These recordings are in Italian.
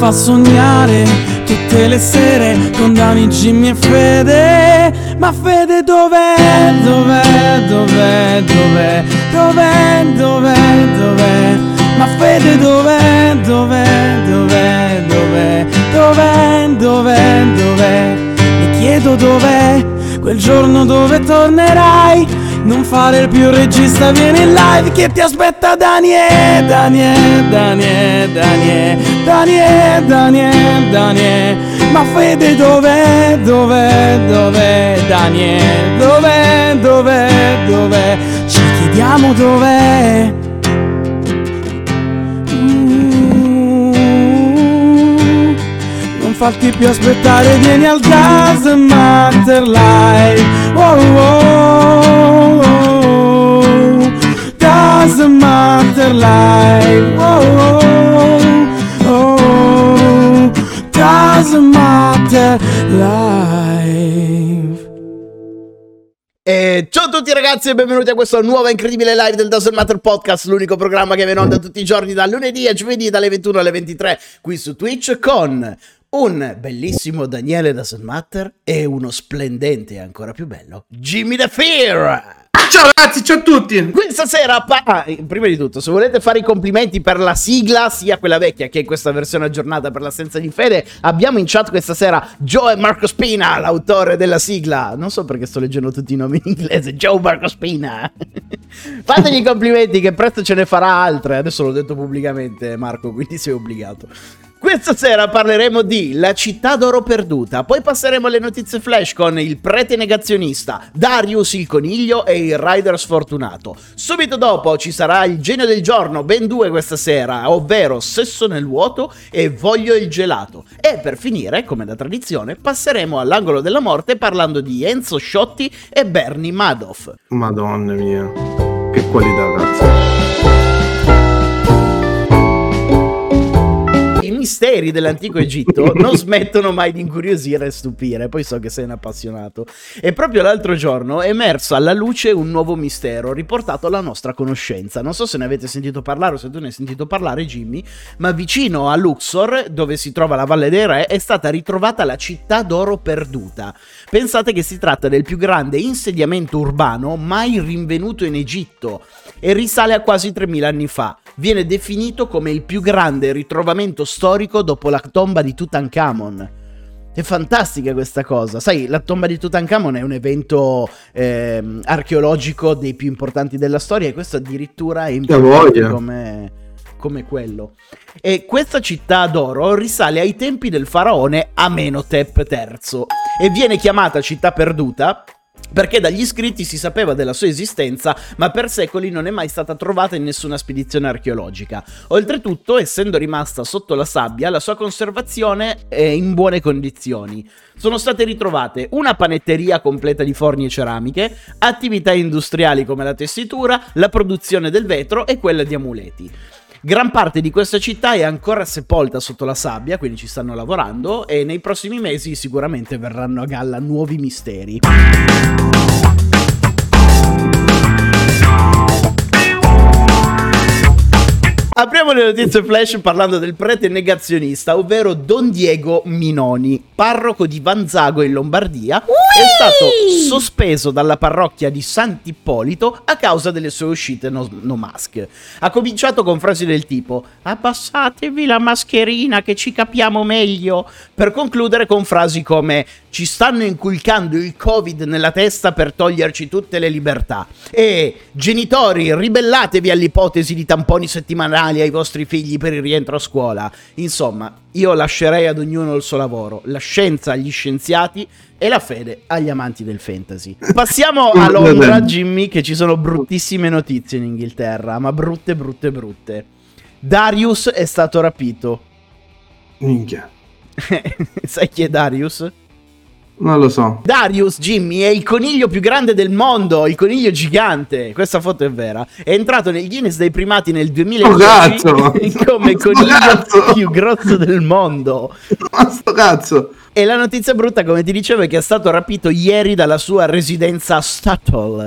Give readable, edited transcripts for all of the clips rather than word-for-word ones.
fa sognare tutte le sere con Dani, Jimmy e Fede. Ma Fede dov'è, dov'è, dov'è, dov'è, dov'è, dov'è, dov'è? Ma Fede dov'è, dov'è, dov'è, dov'è, dov'è, dov'è, dov'è? Mi chiedo dov'è quel giorno dove tornerai. Non fare più il regista, vieni in live che ti aspetta Daniele, Daniele, Daniele, Daniele, Daniele, Daniele, Daniele. Ma Fede dov'è, dov'è, dov'è, Daniele, dov'è, dov'è, dov'è? Ci chiediamo dov'è. Non farti più aspettare, vieni al Doesn't Matter Live. Oh, oh, oh. Doesn't Matter Live. Oh, oh, oh. Doesn't Matter Live. E ciao a tutti ragazzi e benvenuti a questa nuova incredibile live del Doesn't Matter Podcast, l'unico programma che viene in onda tutti i giorni dal lunedì a giovedì dalle 21 alle 23 qui su Twitch, con un bellissimo Daniele Doesn't Matter e uno splendente e ancora più bello Jimmy the Fear. Ciao ragazzi, ciao a tutti. Questa sera, prima di tutto, se volete fare i complimenti per la sigla, sia quella vecchia che questa versione aggiornata per l'assenza di Fede, abbiamo in chat questa sera Joe Marco Spina, l'autore della sigla. Non so perché sto leggendo tutti i nomi in inglese. Joe Marco Spina. Fategli i complimenti che presto ce ne farà altre. Adesso l'ho detto pubblicamente, Marco, quindi sei obbligato. Questa sera parleremo di La città d'oro perduta, poi passeremo alle notizie flash con il prete negazionista, Darius il coniglio e il rider sfortunato. Subito dopo ci sarà il genio del giorno, ben due questa sera, ovvero Sesso nel vuoto e Voglio il gelato. E per finire, come da tradizione, passeremo all'angolo della morte parlando di Enzo Sciotti e Bernie Madoff. Madonna mia, che qualità, cazzo. I misteri dell'antico Egitto non smettono mai di incuriosire e stupire, poi so che sei un appassionato. E proprio l'altro giorno è emerso alla luce un nuovo mistero riportato alla nostra conoscenza. Non so se ne avete sentito parlare o se tu ne hai sentito parlare, Jimmy, ma vicino a Luxor, dove si trova la Valle dei Re, è stata ritrovata la città d'oro perduta. Pensate che si tratta del più grande insediamento urbano mai rinvenuto in Egitto e risale a quasi 3000 anni fa. Viene definito come il più grande ritrovamento storico dopo la tomba di Tutankhamon. È fantastica questa cosa. Sai, la tomba di Tutankhamon è un evento archeologico dei più importanti della storia e questo addirittura è importante come quello. E questa città d'oro risale ai tempi del faraone Amenhotep III e viene chiamata città perduta perché dagli scritti si sapeva della sua esistenza, ma per secoli non è mai stata trovata in nessuna spedizione archeologica. Oltretutto, essendo rimasta sotto la sabbia, la sua conservazione è in buone condizioni. Sono state ritrovate una panetteria completa di forni e ceramiche, attività industriali come la tessitura, la produzione del vetro e quella di amuleti. Gran parte di questa città è ancora sepolta sotto la sabbia, quindi ci stanno lavorando e nei prossimi mesi sicuramente verranno a galla nuovi misteri. Apriamo le notizie flash parlando del prete negazionista, ovvero Don Diego Minoni, parroco di Vanzago in Lombardia. È stato sospeso dalla parrocchia di Sant'Ippolito a causa delle sue uscite no mask. Ha cominciato con frasi del tipo "abbassatevi la mascherina che ci capiamo meglio", per concludere con frasi come "ci stanno inculcando il Covid nella testa per toglierci tutte le libertà" e "genitori, ribellatevi all'ipotesi di tamponi settimanali ai vostri figli per il rientro a scuola". Insomma, io lascerei ad ognuno il suo lavoro, la scienza agli scienziati e la fede agli amanti del fantasy. Passiamo a Londra, Jimmy, che ci sono bruttissime notizie in Inghilterra, ma brutte. Darius è stato rapito. Minchia. Sai chi è Darius? Non lo so. Darius, Jimmy, è il coniglio più grande del mondo, il coniglio gigante. Questa foto è vera. È entrato nel Guinness dei primati nel 2010 come coniglio più grosso del mondo. Ma sto cazzo. E la notizia brutta, come ti dicevo, è che è stato rapito ieri dalla sua residenza a Statoil.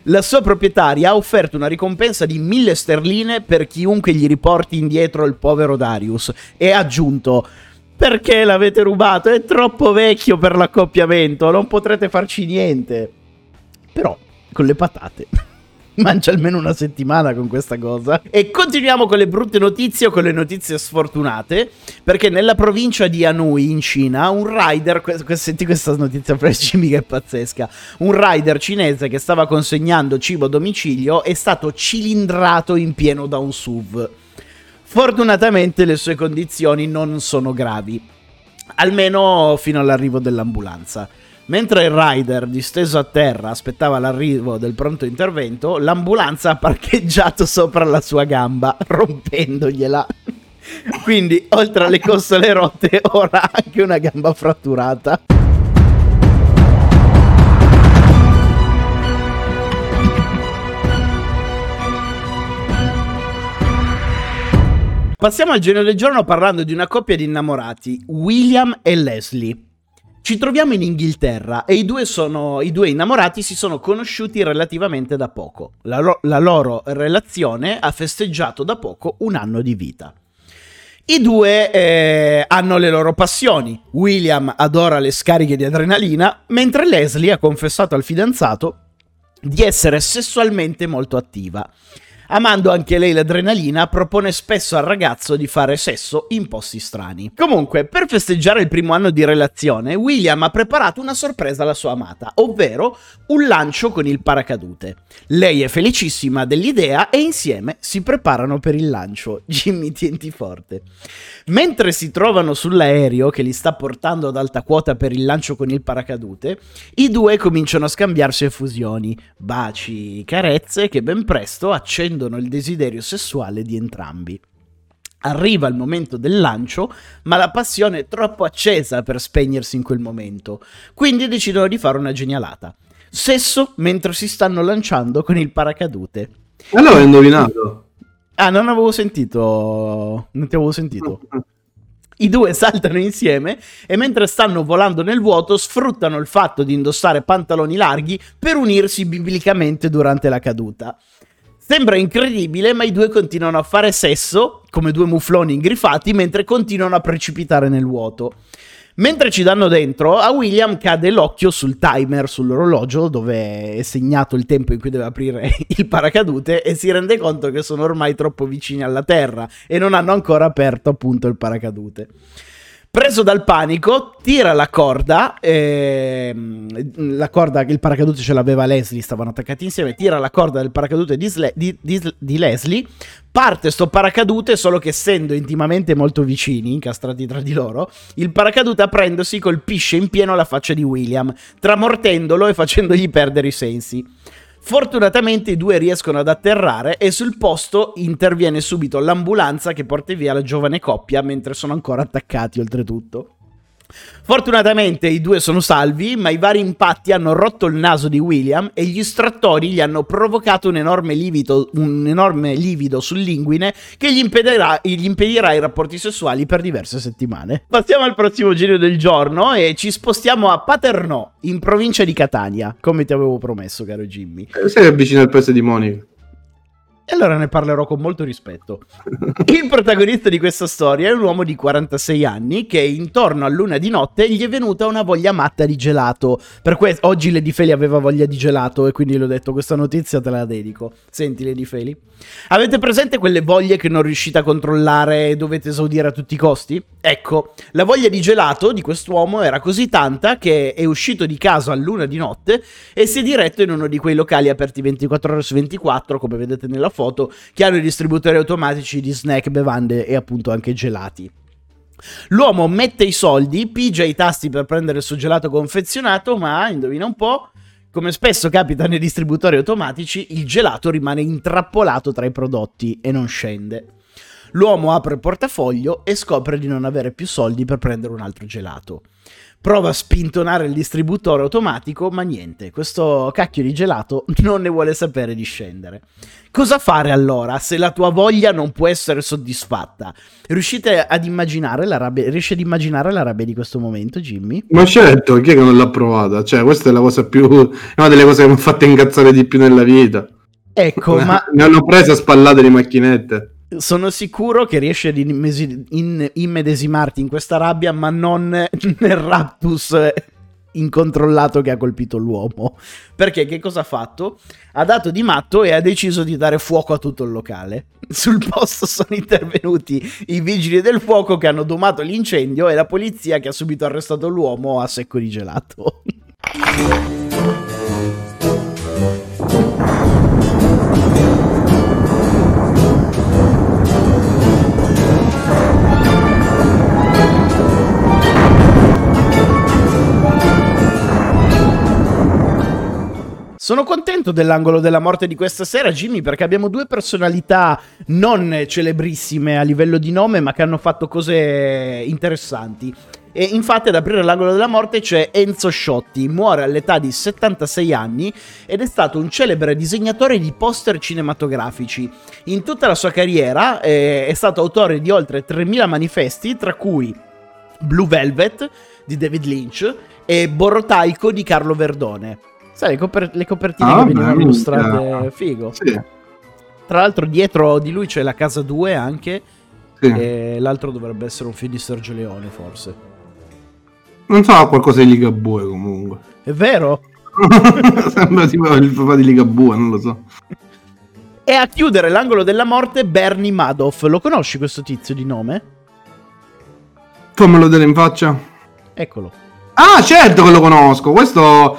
La sua proprietaria ha offerto una ricompensa di 1.000 sterline per chiunque gli riporti indietro il povero Darius e ha aggiunto: perché l'avete rubato? È troppo vecchio per l'accoppiamento, non potrete farci niente. Però, con le patate, mangia almeno una settimana con questa cosa. E continuiamo con le brutte notizie o con le notizie sfortunate, perché nella provincia di Anhui, in Cina, un rider, senti questa notizia per Jimmy che è pazzesca, un rider cinese che stava consegnando cibo a domicilio è stato cilindrato in pieno da un SUV. Fortunatamente le sue condizioni non sono gravi, almeno fino all'arrivo dell'ambulanza. Mentre il rider, disteso a terra, aspettava l'arrivo del pronto intervento, l'ambulanza ha parcheggiato sopra la sua gamba, rompendogliela. Quindi, oltre alle costole rotte, ora ha anche una gamba fratturata. Passiamo al genio del giorno parlando di una coppia di innamorati, William e Leslie. Ci troviamo in Inghilterra e i due innamorati si sono conosciuti relativamente da poco. La loro relazione ha festeggiato da poco 1 anno di vita. I due hanno le loro passioni. William adora le scariche di adrenalina, mentre Leslie ha confessato al fidanzato di essere sessualmente molto attiva. Amando anche lei l'adrenalina, propone spesso al ragazzo di fare sesso in posti strani. Comunque, per festeggiare il primo anno di relazione, William ha preparato una sorpresa alla sua amata, ovvero un lancio con il paracadute. Lei è felicissima dell'idea e insieme si preparano per il lancio. Jimmy, tienti forte. Mentre si trovano sull'aereo che li sta portando ad alta quota per il lancio con il paracadute, i due cominciano a scambiarsi effusioni, baci, carezze che ben presto accendono il desiderio sessuale di entrambi. Arriva il momento del lancio, ma la passione è troppo accesa per spegnersi in quel momento, quindi decidono di fare una genialata. Sesso mentre si stanno lanciando con il paracadute. Allora hai indovinato. Ah, non avevo sentito. Non ti avevo sentito. I due saltano insieme e mentre stanno volando nel vuoto sfruttano il fatto di indossare pantaloni larghi per unirsi biblicamente durante la caduta. Sembra incredibile, ma i due continuano a fare sesso come due mufloni ingrifati mentre continuano a precipitare nel vuoto. Mentre ci danno dentro, a William cade l'occhio sul timer, sull'orologio, dove è segnato il tempo in cui deve aprire il paracadute e si rende conto che sono ormai troppo vicini alla terra e non hanno ancora aperto appunto il paracadute. Preso dal panico, tira la corda, il paracadute ce l'aveva Leslie, stavano attaccati insieme, tira la corda del paracadute di Leslie, parte sto paracadute, solo che essendo intimamente molto vicini, incastrati tra di loro, il paracadute aprendosi colpisce in pieno la faccia di William, tramortendolo e facendogli perdere i sensi. Fortunatamente i due riescono ad atterrare e sul posto interviene subito l'ambulanza che porta via la giovane coppia mentre sono ancora attaccati oltretutto. Fortunatamente i due sono salvi, ma i vari impatti hanno rotto il naso di William e gli strattori gli hanno provocato un enorme livido sull'inguine che gli impedirà i rapporti sessuali per diverse settimane. Passiamo al prossimo genio del giorno e ci spostiamo a Paternò, in provincia di Catania, come ti avevo promesso, caro Jimmy. Sei vicino al paese di Monica. E allora ne parlerò con molto rispetto. Il protagonista di questa storia è un uomo di 46 anni che intorno a luna di notte gli è venuta una voglia matta di gelato. Per questo oggi Lady Feli aveva voglia di gelato e quindi le ho detto questa notizia te la dedico. Senti Lady Feli, avete presente quelle voglie che non riuscite a controllare e dovete esaudire a tutti i costi? Ecco, la voglia di gelato di quest'uomo era così tanta che è uscito di casa a luna di notte e si è diretto in uno di quei locali aperti 24 ore su 24, come vedete nella foto, che hanno i distributori automatici di snack, bevande e appunto anche gelati. L'uomo mette i soldi, pigia i tasti per prendere il suo gelato confezionato, ma indovina un po', come spesso capita nei distributori automatici, il gelato rimane intrappolato tra i prodotti e non scende. L'uomo apre il portafoglio e scopre di non avere più soldi per prendere un altro gelato. prova a spintonare il distributore automatico, ma niente, questo cacchio di gelato non ne vuole sapere di scendere. Cosa fare allora se la tua voglia non può essere soddisfatta? Riesci ad immaginare la rabbia di questo momento, Jimmy? Ma certo, chi è che non l'ha provata? Cioè, questa è la cosa più... è una delle cose che mi ha fatto incazzare di più nella vita. Ecco, ma ne hanno prese a spallate di macchinette. sono sicuro che riesci ad immedesimarti in questa rabbia, ma non nel raptus incontrollato che ha colpito l'uomo. Perché che cosa ha fatto? Ha dato di matto e ha deciso di dare fuoco a tutto il locale. Sul posto sono intervenuti i vigili del fuoco che hanno domato l'incendio e la polizia che ha subito arrestato l'uomo a secco di gelato. Sono contento dell'angolo della morte di questa sera, Jimmy, perché abbiamo due personalità non celebrissime a livello di nome, ma che hanno fatto cose interessanti. E infatti ad aprire l'angolo della morte c'è Enzo Sciotti, muore all'età di 76 anni ed è stato un celebre disegnatore di poster cinematografici. In tutta la sua carriera è stato autore di oltre 3.000 manifesti, tra cui Blue Velvet di David Lynch e Borotaico di Carlo Verdone. Sai, le copertine che venivano illustrate, figo. Sì. Tra l'altro dietro di lui c'è la Casa 2 anche, Sì. e l'altro dovrebbe essere un film di Sergio Leone, forse. Non so, qualcosa di Ligabue comunque. È vero? Sembra tipo il papà di Ligabue, non lo so. E a chiudere l'angolo della morte Bernie Madoff. Lo conosci questo tizio di nome? Fammelo vedere in faccia. Eccolo. Ah, certo che lo conosco. Questo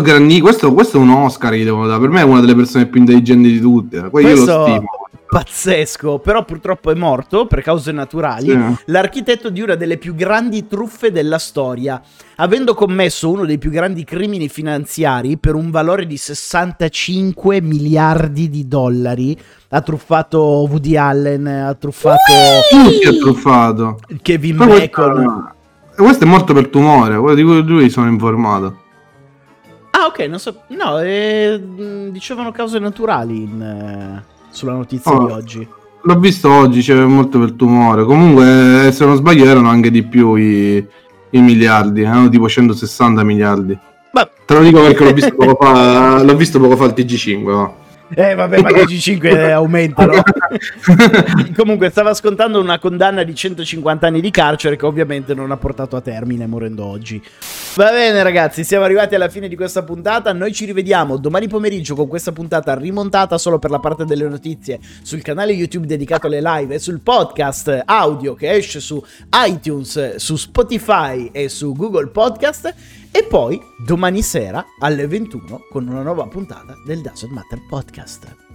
è un Oscar gli devo dare. Per me è una delle persone più intelligenti di tutte. Poi io lo Questo stimo. pazzesco, però purtroppo è morto per cause naturali. Sì. L'architetto di una delle più grandi truffe della storia, avendo commesso uno dei più grandi crimini finanziari per un valore di 65 miliardi di dollari. Ha truffato Woody Allen, ha truffato Chi ha truffato? Kevin Poi Bacon. questo è morto per tumore. Quello di cui lui sono informato. Ah, ok, non so. No, dicevano cause naturali sulla notizia di oggi. L'ho visto oggi, c'è molto per tumore. Comunque, se non sbaglio, erano anche di più i miliardi. Erano tipo 160 miliardi. Ma Te lo dico perché l'ho visto poco fa. L'ho visto poco fa al TG5. Va. vabbè, ma i G5 aumentano. Comunque stava scontando una condanna di 150 anni di carcere che ovviamente non ha portato a termine, morendo oggi. Va bene ragazzi, siamo arrivati alla fine di questa puntata. Noi ci rivediamo domani pomeriggio con questa puntata rimontata solo per la parte delle notizie sul canale YouTube dedicato alle live e sul podcast audio che esce su iTunes, su Spotify e su Google Podcast. E poi domani sera alle 21 con una nuova puntata del Doesn't Matter Podcast.